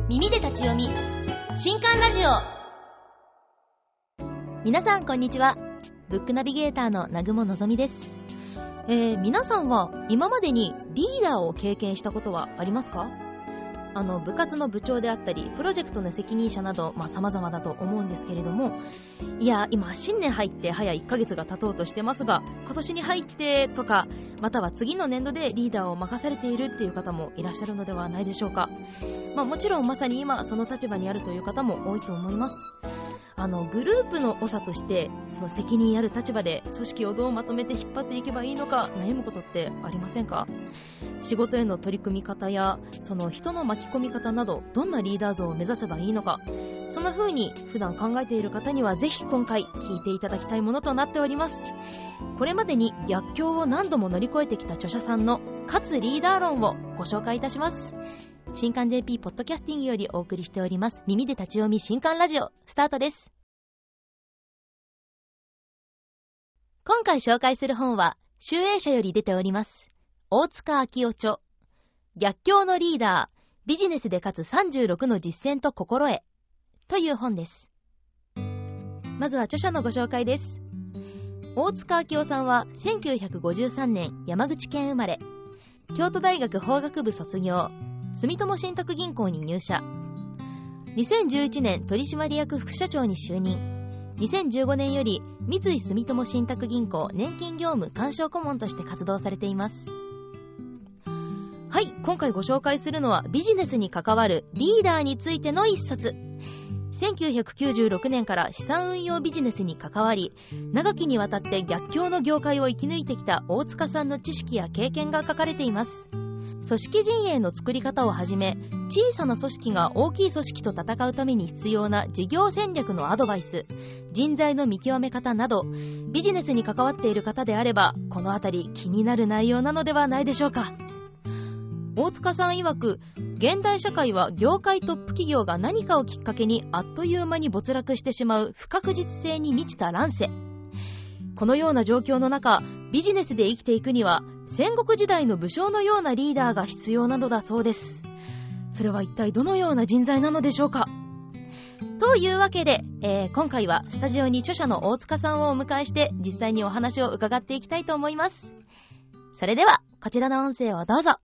耳で立ち読み新刊ラジオ。皆さんこんにちは。ブックナビゲーターの南雲のぞみです。皆さんは今までにリーダーを経験したことはありますか？部活の部長であったりプロジェクトの責任者など様々だと思うんですけれども、いや今新年入って早1ヶ月が経とうとしてますが、今年に入ってとかまたは次の年度でリーダーを任されているっていう方もいらっしゃるのではないでしょうか。もちろんまさに今その立場にあるという方も多いと思います。グループの長としてその責任ある立場で組織をどうまとめて引っ張っていけばいいのか悩むことってありませんか？仕事への取り組み方やその人の巻き込み方など、どんなリーダー像を目指せばいいのか、そんな風に普段考えている方にはぜひ今回聞いていただきたいものとなっております。これまでに逆境を何度も乗り越えてきた著者さんの勝つリーダー論をご紹介いたします。新刊 JP ポッドキャスティングよりお送りしております耳で立ち読み新刊ラジオ、スタートです。今回紹介する本は集英社より出ております大塚明夫著、逆境のリーダー、ビジネスで勝つ36の実践と心得という本です。まずは著者のご紹介です。大塚明夫さんは1953年山口県生まれ、京都大学法学部卒業、住友信託銀行に入社、2011年取締役副社長に就任、2015年より三井住友信託銀行年金業務鑑賞顧問として活動されています。はい、今回ご紹介するのはビジネスに関わるリーダーについての一冊。1996年から資産運用ビジネスに関わり、長きにわたって逆境の業界を生き抜いてきた大塚さんの知識や経験が書かれています。組織陣営の作り方をはじめ、小さな組織が大きい組織と戦うために必要な事業戦略のアドバイス、人材の見極め方など、ビジネスに関わっている方であればこのあたり気になる内容なのではないでしょうか。大塚さん曰く、現代社会は業界トップ企業が何かをきっかけにあっという間に没落してしまう不確実性に満ちた乱世。このような状況の中、ビジネスで生きていくには戦国時代の武将のようなリーダーが必要なのだそうです。それは一体どのような人材なのでしょうか。というわけで、今回はスタジオに著者の大塚さんをお迎えして実際にお話を伺っていきたいと思います。それではこちらの音声をどうぞ。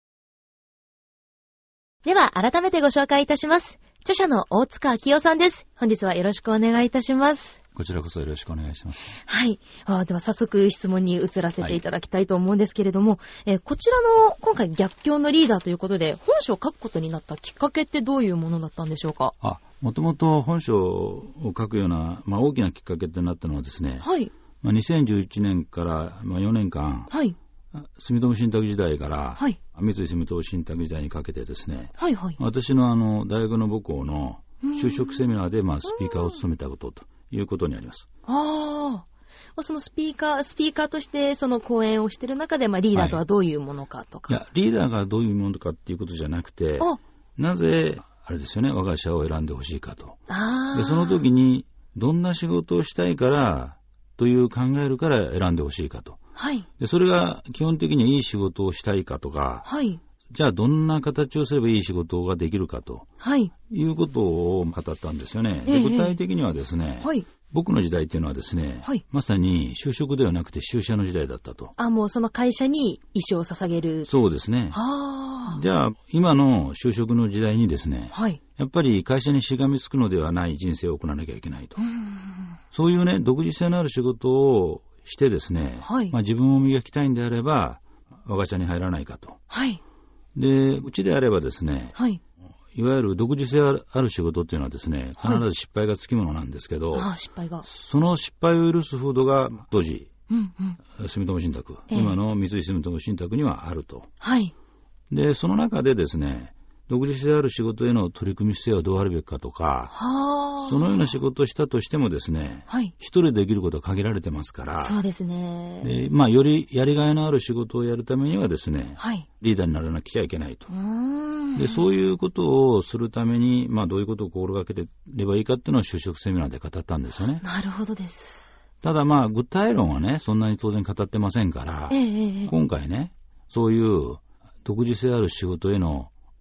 では改めてご紹介いたします。著者の大塚明夫さんです。本日はよろしくお願いいたします。 こちらこそよろしくお願いします。 はい。では早速質問に移らせていただきたいと思うんですけれども、こちらの今回逆境のリーダーということで本書を書くことになったきっかけってどういうものだったんでしょうか？ もともと本書を書くような、大きなきっかけとなったのはですね、 はい。 2011年から、4年間、 はい。 住友信託時代から、 はい、 三井住友信託時代にかけてですね、 はいはい、 私の大学の母校の就職セミナーでスピーカーを務めたことということになります。 そのスピーカーとしてその講演をしている中で、リーダーとはどういうものかとか、 いやリーダーがどういうものかっていうことじゃなくて、なぜあれですよね、我が社を選んでほしいかと。でその時にどんな仕事をしたいからという考えるから選んでほしいかと。 はい、 でそれが基本的にいい仕事をしたいかとか、 はい、 じゃあどんな形をすればいい仕事ができるかと、 はい、 いうことを語ったんですよね。で具体的にはですね、 はい、 僕の時代っていうのはですね、 はい、 まさに就職ではなくて就社の時代だったと。 もうその会社に一生を捧げる。 そうですね。じゃあ今の就職の時代にですね、 はい、 やっぱり会社にしがみつくのではない人生を送らなきゃいけないと。そういうね、独自性のある仕事をしてですね、 はい、 自分を磨きたいんであれば我が社に入らないかと。 はい、 でうちであればですね、 はい、 いわゆる独自性ある仕事っていうのはですね、必ず失敗がつきものなんですけど、 失敗がその失敗を許す風土が当時、住友信託、今の三井住友信託にはあると。 はい、 でその中でですね、独自性ある仕事への取り組み姿勢はどうあるべきかとか、そのような仕事をしたとしてもですね、 はい、一人できることは限られてますから、 そうですね。 でよりやりがいのある仕事をやるためにはですね、 はい、 リーダーにならなきゃいけないと。でそういうことをするために、どういうことを心がければいいかっていうのを就職セミナーで語ったんですよね。 なるほどです。 ただ具体論はね、そんなに当然語ってませんから、今回ね、そういう独自性ある仕事への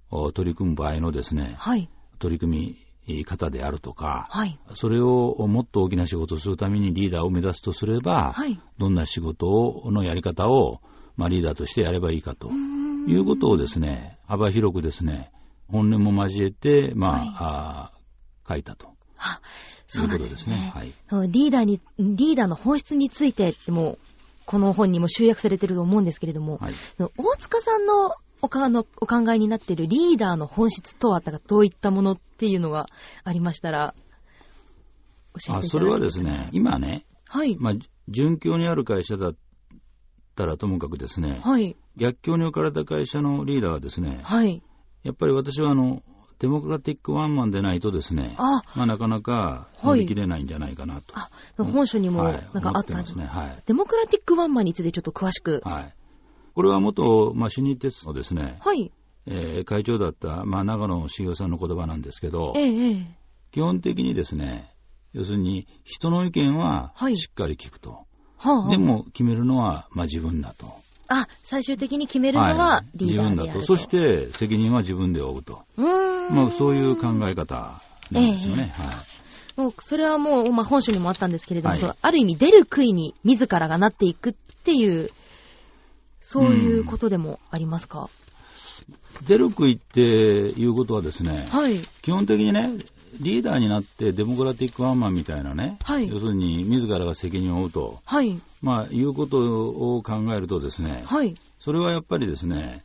取り組む場合のですね、 はい、 取り組み方であるとか、 はい、 それをもっと大きな仕事をするためにリーダーを目指すとすれば、はい、どんな仕事のやり方を、リーダーとしてやればいいかということをですね、幅広くですね、本音も交えて、書いたと。 そうなんですね。はい、リーダーの本質についてってもこの本にも集約されていると思うんですけれども、はい、大塚さんのお考えになっているリーダーの本質とはどういったものっていうのがありましたら教えていただけますか。 それはですね、今ね、 はい、 順境にある会社だったらともかくですね、 はい、 逆境に置かれた会社のリーダーはですね、 はい、 やっぱり私はデモクラティックワンマンでないとですね、なかなか乗り切れないんじゃないかなと。 本書にもなんかあったんですね。はい、デモクラティックワンマンについてちょっと詳しく。 はい、これは元、新日鉄のですね、 はい、 会長だった、長野茂雄さんの言葉なんですけど、基本的にですね、要するに人の意見はしっかり聞くと。でも決めるのは自分だと。 最終的に決めるのはリーダーであると。 自分だと。そして責任は自分で負うと。そういう考え方なんですよね。 もうそれはもう、本書にもあったんですけれども、ある意味出る杭に自らがなっていくっていう、そういうことでもありますか。 出る杭っていうことはですね、 はい、 基本的にね、リーダーになってデモクラティックワンマンみたいなね、はい、要するに自らが責任を負うと、 はい、 いうことを考えるとですね、 はい、 それはやっぱりですね、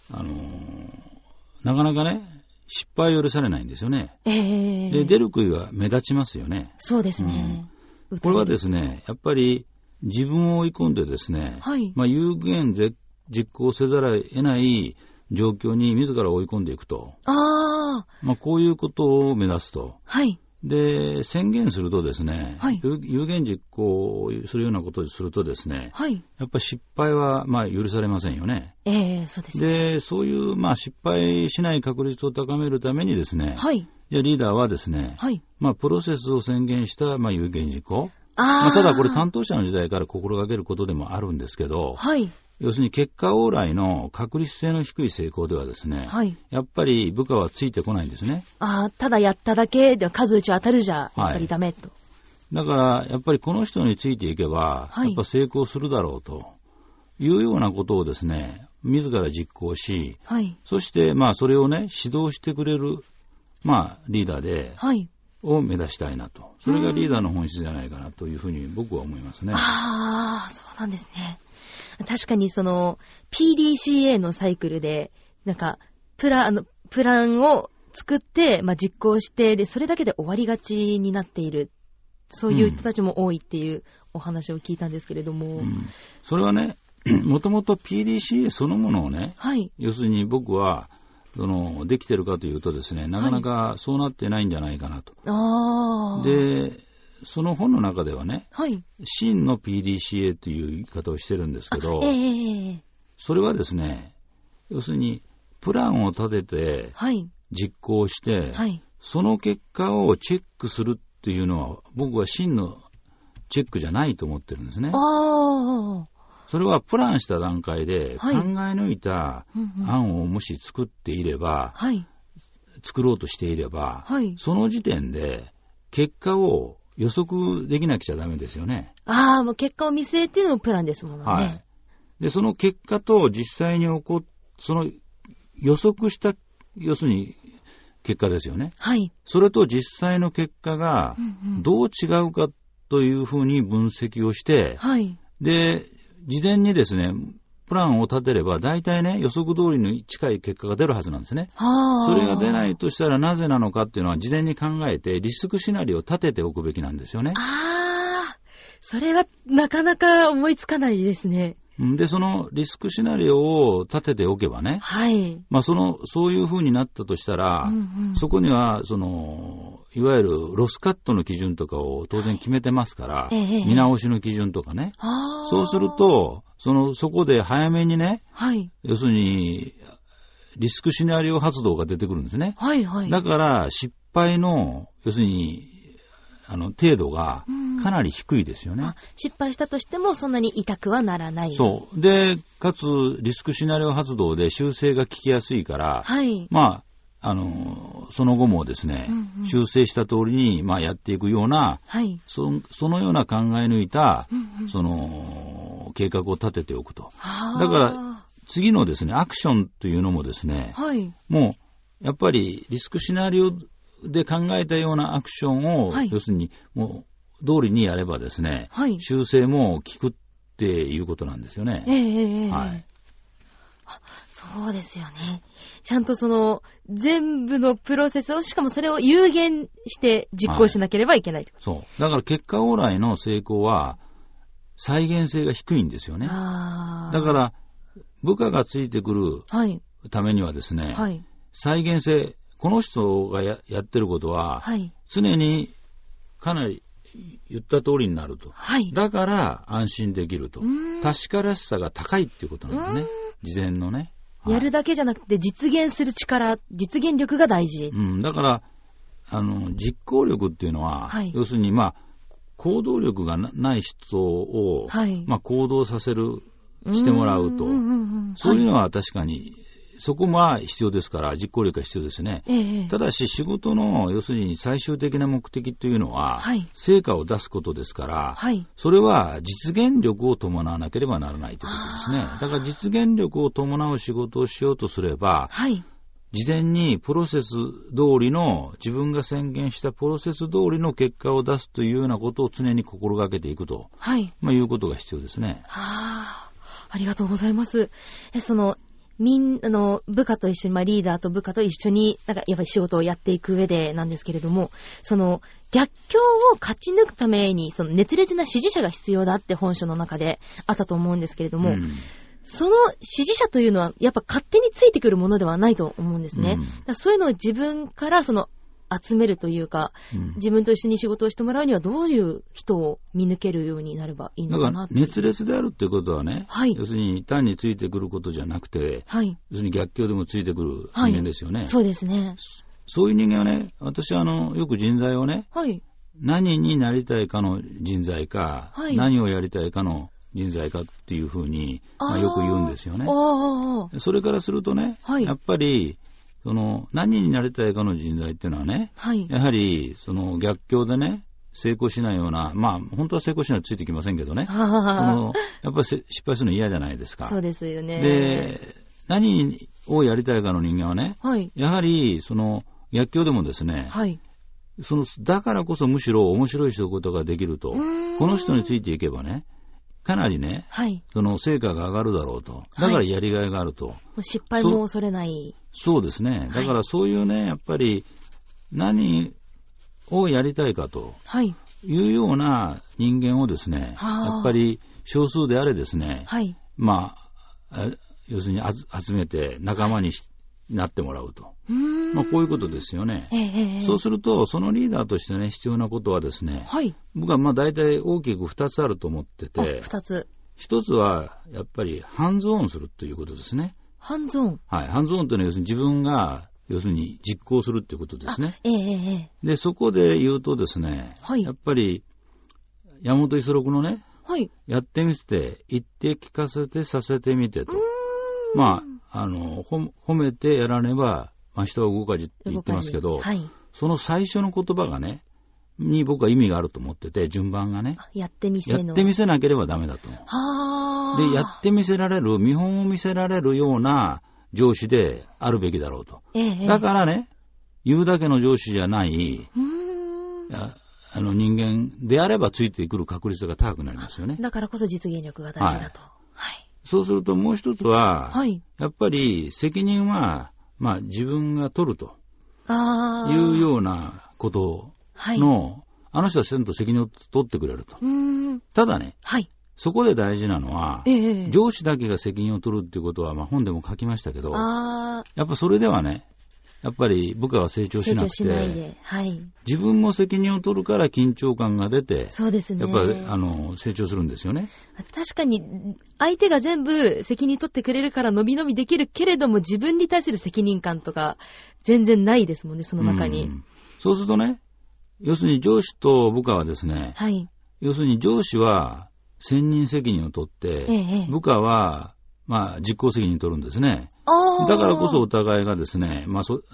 なかなかね、失敗を許されないんですよね。で、出る杭は目立ちますよね。 そうですね。 これはですね、やっぱり自分を追い込んでですね、 はい、 有言実行せざるを得ない状況に自ら追い込んでいくと。こういうことを目指すと。 はい。 で、宣言するとですね、 はい、 有言実行するようなことをするとですね、 はい、 やっぱり失敗は許されませんよね。 そうですね。 で、そういう失敗しない確率を高めるためにですね、 はい、 じゃあリーダーはですね、 はい、 プロセスを宣言した、有言実行。ただこれ担当者の時代から心がけることでもあるんですけど、 はい、 要するに結果往来の確率性の低い成功ではですね、 はい、やっぱり部下はついてこないんですね。 ただやっただけで数打ち当たるじゃやっぱりダメと。 だからやっぱりこの人についていけば、やっぱ成功するだろうというようなことをですね、自ら実行し、 はい、 そしてそれをね指導してくれるリーダーで、 はい、 を目指したいなと。それがリーダーの本質じゃないかなというふうに僕は思いますね。 そうなんですね。確かにPDCA のサイクルでプランを作って、実行してでそれだけで終わりがちになっている、そういう人たちも多いっていうお話を聞いたんですけれども、 それはね、もともと PDCA そのものをね、 はい、 要するに僕はできてるかというとですね、なかなかそうなってないんじゃないかなと。で、その本の中ではね、 はい、 真の PDCA という言い方をしてるんですけど、それはですね、要するにプランを立てて実行して、 はい、 その結果をチェックするっていうのは僕は真のチェックじゃないと思ってるんですね。それはプランした段階で考え抜いた案をもし作っていれば、 はい、 作ろうとしていれば、 はい、 その時点で結果を予測できなくちゃダメですよね。 もう結果を見据えてのプランですものね。 はい。で、その結果と実際にその予測した、要するに結果ですよね。 はい。 それと実際の結果がどう違うかというふうに分析をして、 はい。 で、事前にですね、プランを立てれば大体ね、予測通りに近い結果が出るはずなんですね。それが出ないとしたらなぜなのかっていうのは事前に考えてリスクシナリオを立てておくべきなんですよね。 それはなかなか思いつかないですね。 で、そのリスクシナリオを立てておけばね、 はい。 そういう風になったとしたら、そこには、いわゆるロスカットの基準とかを当然決めてますから、見直しの基準とかね。そうすると、そこで早めにね、 はい。 要するに、リスクシナリオ発動が出てくるんですね。 はいはい。 だから、失敗の、要するに、 程度がかなり低いですよね。 失敗したとしてもそんなに痛くはならない。 そう。で、かつ、リスクシナリオ発動で修正が効きやすいから、 はい。 その後もですね、修正した通りに、やっていくような、 はい。 そのような考え抜いた、計画を立てておくと。だから、次のですね、アクションというのもですね、 はい。 もう、やっぱりリスクシナリオで考えたようなアクションを、 はい、 要するに、もう、通りにやればですね、 はい、 修正も効くっていうことなんですよね。はい。 そうですよね。ちゃんと全部のプロセスを、しかもそれを有限して実行しなければいけないってこと。 そう。だから結果往来の成功は、再現性が低いんですよね。だから、部下がついてくるためにはですね、はい、再現性、この人が やってることは、はい、常にかなり言った通りになると。はい、だから安心できると。確からしさが高いっていうことなんですね。事前のね。 やるだけじゃなくて実現する力、実現力が大事。 だから、実行力っていうのは、はい、要するに行動力がない人を、はい、行動させる、してもらうと。そういうのは確かに、そこも必要ですから、実行力が必要ですね。ただし、仕事の、要するに最終的な目的というのは、はい、成果を出すことですから、はい、それは実現力を伴わなければならないということですね。だから実現力を伴う仕事をしようとすれば、はい、事前にプロセス通りの、自分が宣言したプロセス通りの結果を出すというようなことを常に心がけていくと、はい、いうことが必要ですね。 ありがとうございます。部下と一緒に、リーダーと部下と一緒に、やっぱり仕事をやっていく上でなんですけれども、逆境を勝ち抜くために、熱烈な支持者が必要だって本書の中であったと思うんですけれども、その支持者というのは、やっぱ勝手についてくるものではないと思うんですね。そういうのを自分から集めるというか、自分と一緒に仕事をしてもらうにはどういう人を見抜けるようになればいいのかなって。 だから熱烈であるっていうことはね、はい、要するに単についてくることじゃなくて、はい、要するに逆境でもついてくる人間ですよね。はい、 そうですね。 そういう人間はね、私はよく人材をね、はい、何になりたいかの人材か、はい、何をやりたいかの人材かっていうふうに、よく言うんですよね。それからするとね、はい、やっぱり何になりたいかの人材っていうのはね、はい、やはり逆境でね、成功しないような、本当は成功しないとついてきませんけどね、やっぱり失敗するの嫌じゃないですか。 そうですよね。 で、何をやりたいかの人間はね、はい、やはり逆境でもですね、はい、だからこそむしろ面白い仕事ができると、この人についていけばね、かなりね、はい、成果が上がるだろうと。だからやりがいがあると。 失敗も恐れない。 そうですね。だからそういうね、やっぱり何をやりたいかというような人間をですね、やっぱり少数であれですね、はい、要するに集めて仲間になってもらうと。こういうことですよね。そうすると、そのリーダーとしてね、必要なことはですね、はい、僕は大体大きく2つあると思ってて、 2つ。 1つは、やっぱりハンズオンするということですね。 ハンズオン？ はい。ハンズオンというのは、要するに自分が、要するに実行するということですね。で、そこで言うとですね、はい、やっぱり、山本五十六のね、はい、やってみせて、言って聞かせてさせてみてと。褒めてやらねば、人は動かじって言ってますけど、はい、その最初の言葉がね、に僕は意味があると思ってて、順番がね。 やってみせなければダメだと。で、やってみせられる、見本を見せられるような上司であるべきだろうと。だからね、言うだけの上司じゃない、人間であればついてくる確率が高くなりますよね。 だからこそ実現力が大事だと。はい、 そうするともう一つは、はい、やっぱり責任は、自分が取るというようなことの、はい、あの人はちゃんと責任を取ってくれると。ただね、はい、そこで大事なのは、上司だけが責任を取るっていうことは、本でも書きましたけど、やっぱそれではね、やっぱり部下は成長しなくて、はい、自分も責任を取るから緊張感が出て、そうですね、やっぱり成長するんですよね。 確かに相手が全部責任取ってくれるから伸び伸びできるけれども、自分に対する責任感とか全然ないですもんね、その中に。 そうするとね、 要するに上司と部下はですね、 はい。 要するに上司は専任責任を取って、部下は、実行責任を取るんですね。だからこそお互いがですね、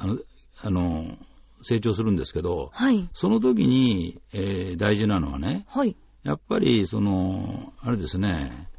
成長するんですけど、はい、その時に、大事なのはね、はい、やっぱりあれですね、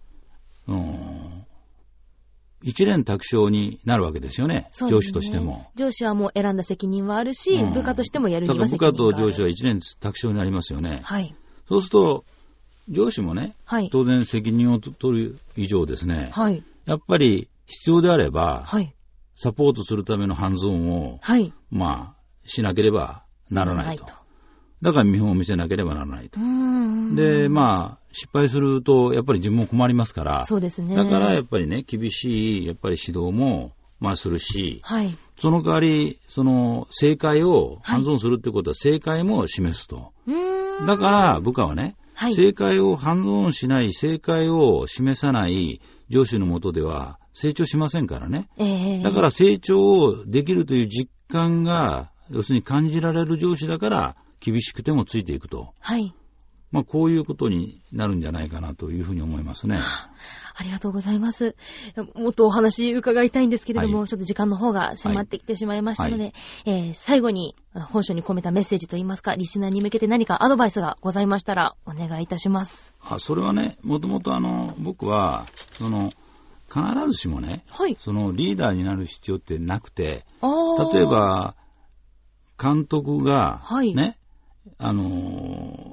一蓮托生になるわけですよね、上司としても。 上司はもう選んだ責任はあるし、部下としてもやるには責任がある。 部下と上司は一蓮托生になりますよね。はい、そうすると、上司もね、はい、当然責任を取る以上ですね、はい、やっぱり必要であれば、はい、サポートするためのハンズオンを、はい、しなければならないと。だから見本を見せなければならないと。で、失敗すると、やっぱり自分も困りますから、そうですね。だからやっぱりね、厳しい、やっぱり指導も、するし、はい、その代わり、正解をハンズオンするってことは、正解も示すと。だから部下はね、はい、正解をハンズオンしない、正解を示さない上司の下では成長しませんからね。だから成長をできるという実感が、要するに感じられる上司だから厳しくてもついていくと。はい。こういうことになるんじゃないかなというふうに思いますね。 ありがとうございます。もっとお話伺いたいんですけれども、はい、ちょっと時間の方が迫ってきてしまいましたので、最後に本書に込めたメッセージといいますか、リスナーに向けて何かアドバイスがございましたらお願いいたします。 それはね、もともと僕は必ずしもね、はい、リーダーになる必要ってなくて、例えば監督がね、はい、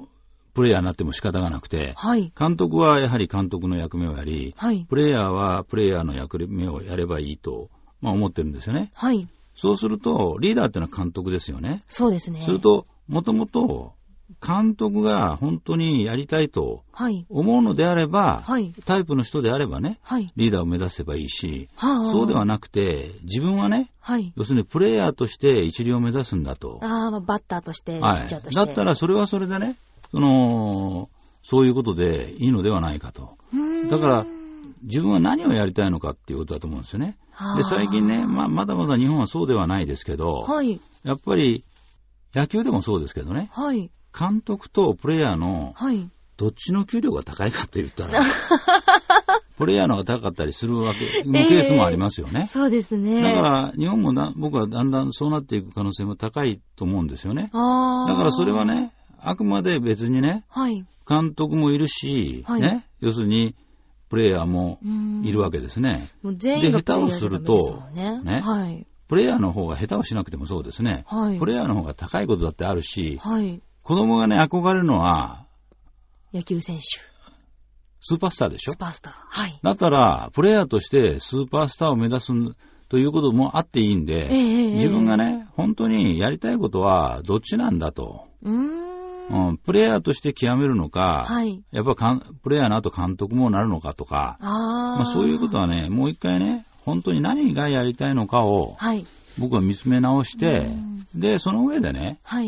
プレイヤーになっても仕方がなくて、はい、監督はやはり監督の役目をやり、はい、プレイヤーはプレイヤーの役目をやればいいと、思ってるんですよね。はい、そうするとリーダーってのは監督ですよね。 そうですね。 するともともと監督が本当にやりたいと思うのであれば、はい、タイプの人であればね、はい、リーダーを目指せばいいし、そうではなくて自分はね、はい、要するにプレイヤーとして一流を目指すんだと。 バッターとして、ピッチャーとして、 だったらそれはそれでね、そういうことでいいのではないかと。だから自分は何をやりたいのかっていうことだと思うんですよね。で、最近ね、まだまだ日本はそうではないですけど、はい、やっぱり野球でもそうですけどね、はい、監督とプレイヤーのどっちの給料が高いかって言ったら、プレイヤーの方が高かったりするわけ、ケースもありますよね。 そうですね。 だから日本も僕はだんだんそうなっていく可能性も高いと思うんですよね。だからそれはね、あくまで別にね、はい、監督もいるし、はい、ね、要するにプレイヤーもいるわけですね。で、下手をすると、ね、はい、プレイヤーの方が下手をしなくてもそうですね、はい、プレイヤーの方が高いことだってあるし、はい、子供がね、憧れるのは野球選手、 スーパースターでしょ。 スーパースター。はい。 だったら、プレイヤーとしてスーパースターを目指すということもあっていいんで、自分がね、本当にやりたいことはどっちなんだと。プレイヤーとして極めるのか、はい、やっぱプレイヤーの後監督もなるのかとか、そういうことはね、もう一回ね、本当に何がやりたいのかを、はい、僕は見つめ直して、で、その上でね、はい、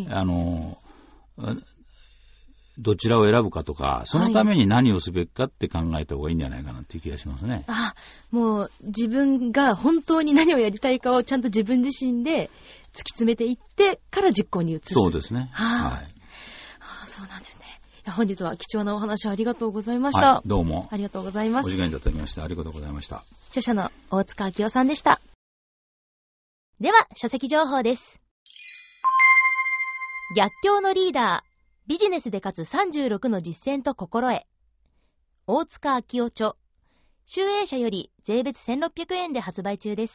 どちらを選ぶかとか、そのために何をすべきかって考えた方がいいんじゃないかなっていう気がしますね。 もう自分が本当に何をやりたいかをちゃんと自分自身で突き詰めていってから実行に移す。 そうですね。はい。 そうなんですね。本日は貴重なお話ありがとうございました。 はい、どうも。 ありがとうございます。 お時間いただきましてありがとうございました。 著者の大塚明夫さんでした。では、書籍情報です。逆境のリーダー。ビジネスで勝つ36の実践と心得。大塚明夫著。集英社より税別1600円で発売中です。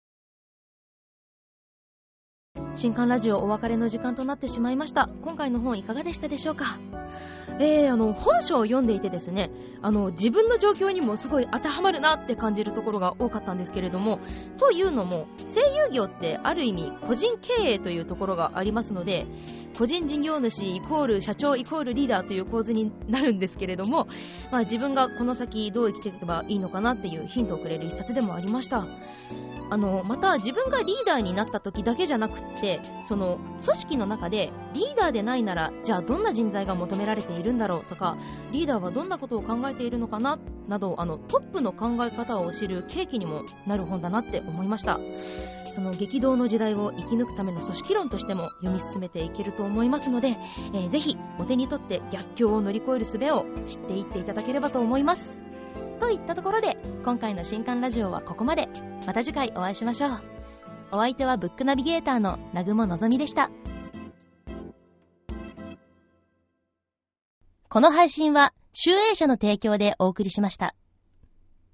新刊ラジオお別れの時間となってしまいました。今回の本いかがでしたでしょうか。本書を読んでいてですね、自分の状況にもすごい当てはまるなって感じるところが多かったんですけれども、というのも声優業ってある意味個人経営というところがありますので、個人事業主イコール社長イコールリーダーという構図になるんですけれども、自分がこの先どう生きていけばいいのかなっていうヒントをくれる一冊でもありました。また自分がリーダーになった時だけじゃなくって、その組織の中でリーダーでないならじゃあどんな人材が求められているんだろうとか、リーダーはどんなことを考えているのかななど、トップの考え方を知る契機にもなる本だなって思いました。その激動の時代を生き抜くための組織論としても読み進めていけると思いますので、ぜひお手に取って逆境を乗り越える術を知っていっていただければと思います。といったところで今回の新刊ラジオはここまで。また次回お会いしましょう。お相手はブックナビゲーターの南雲のぞみでした。この配信は集英社の提供でお送りしました。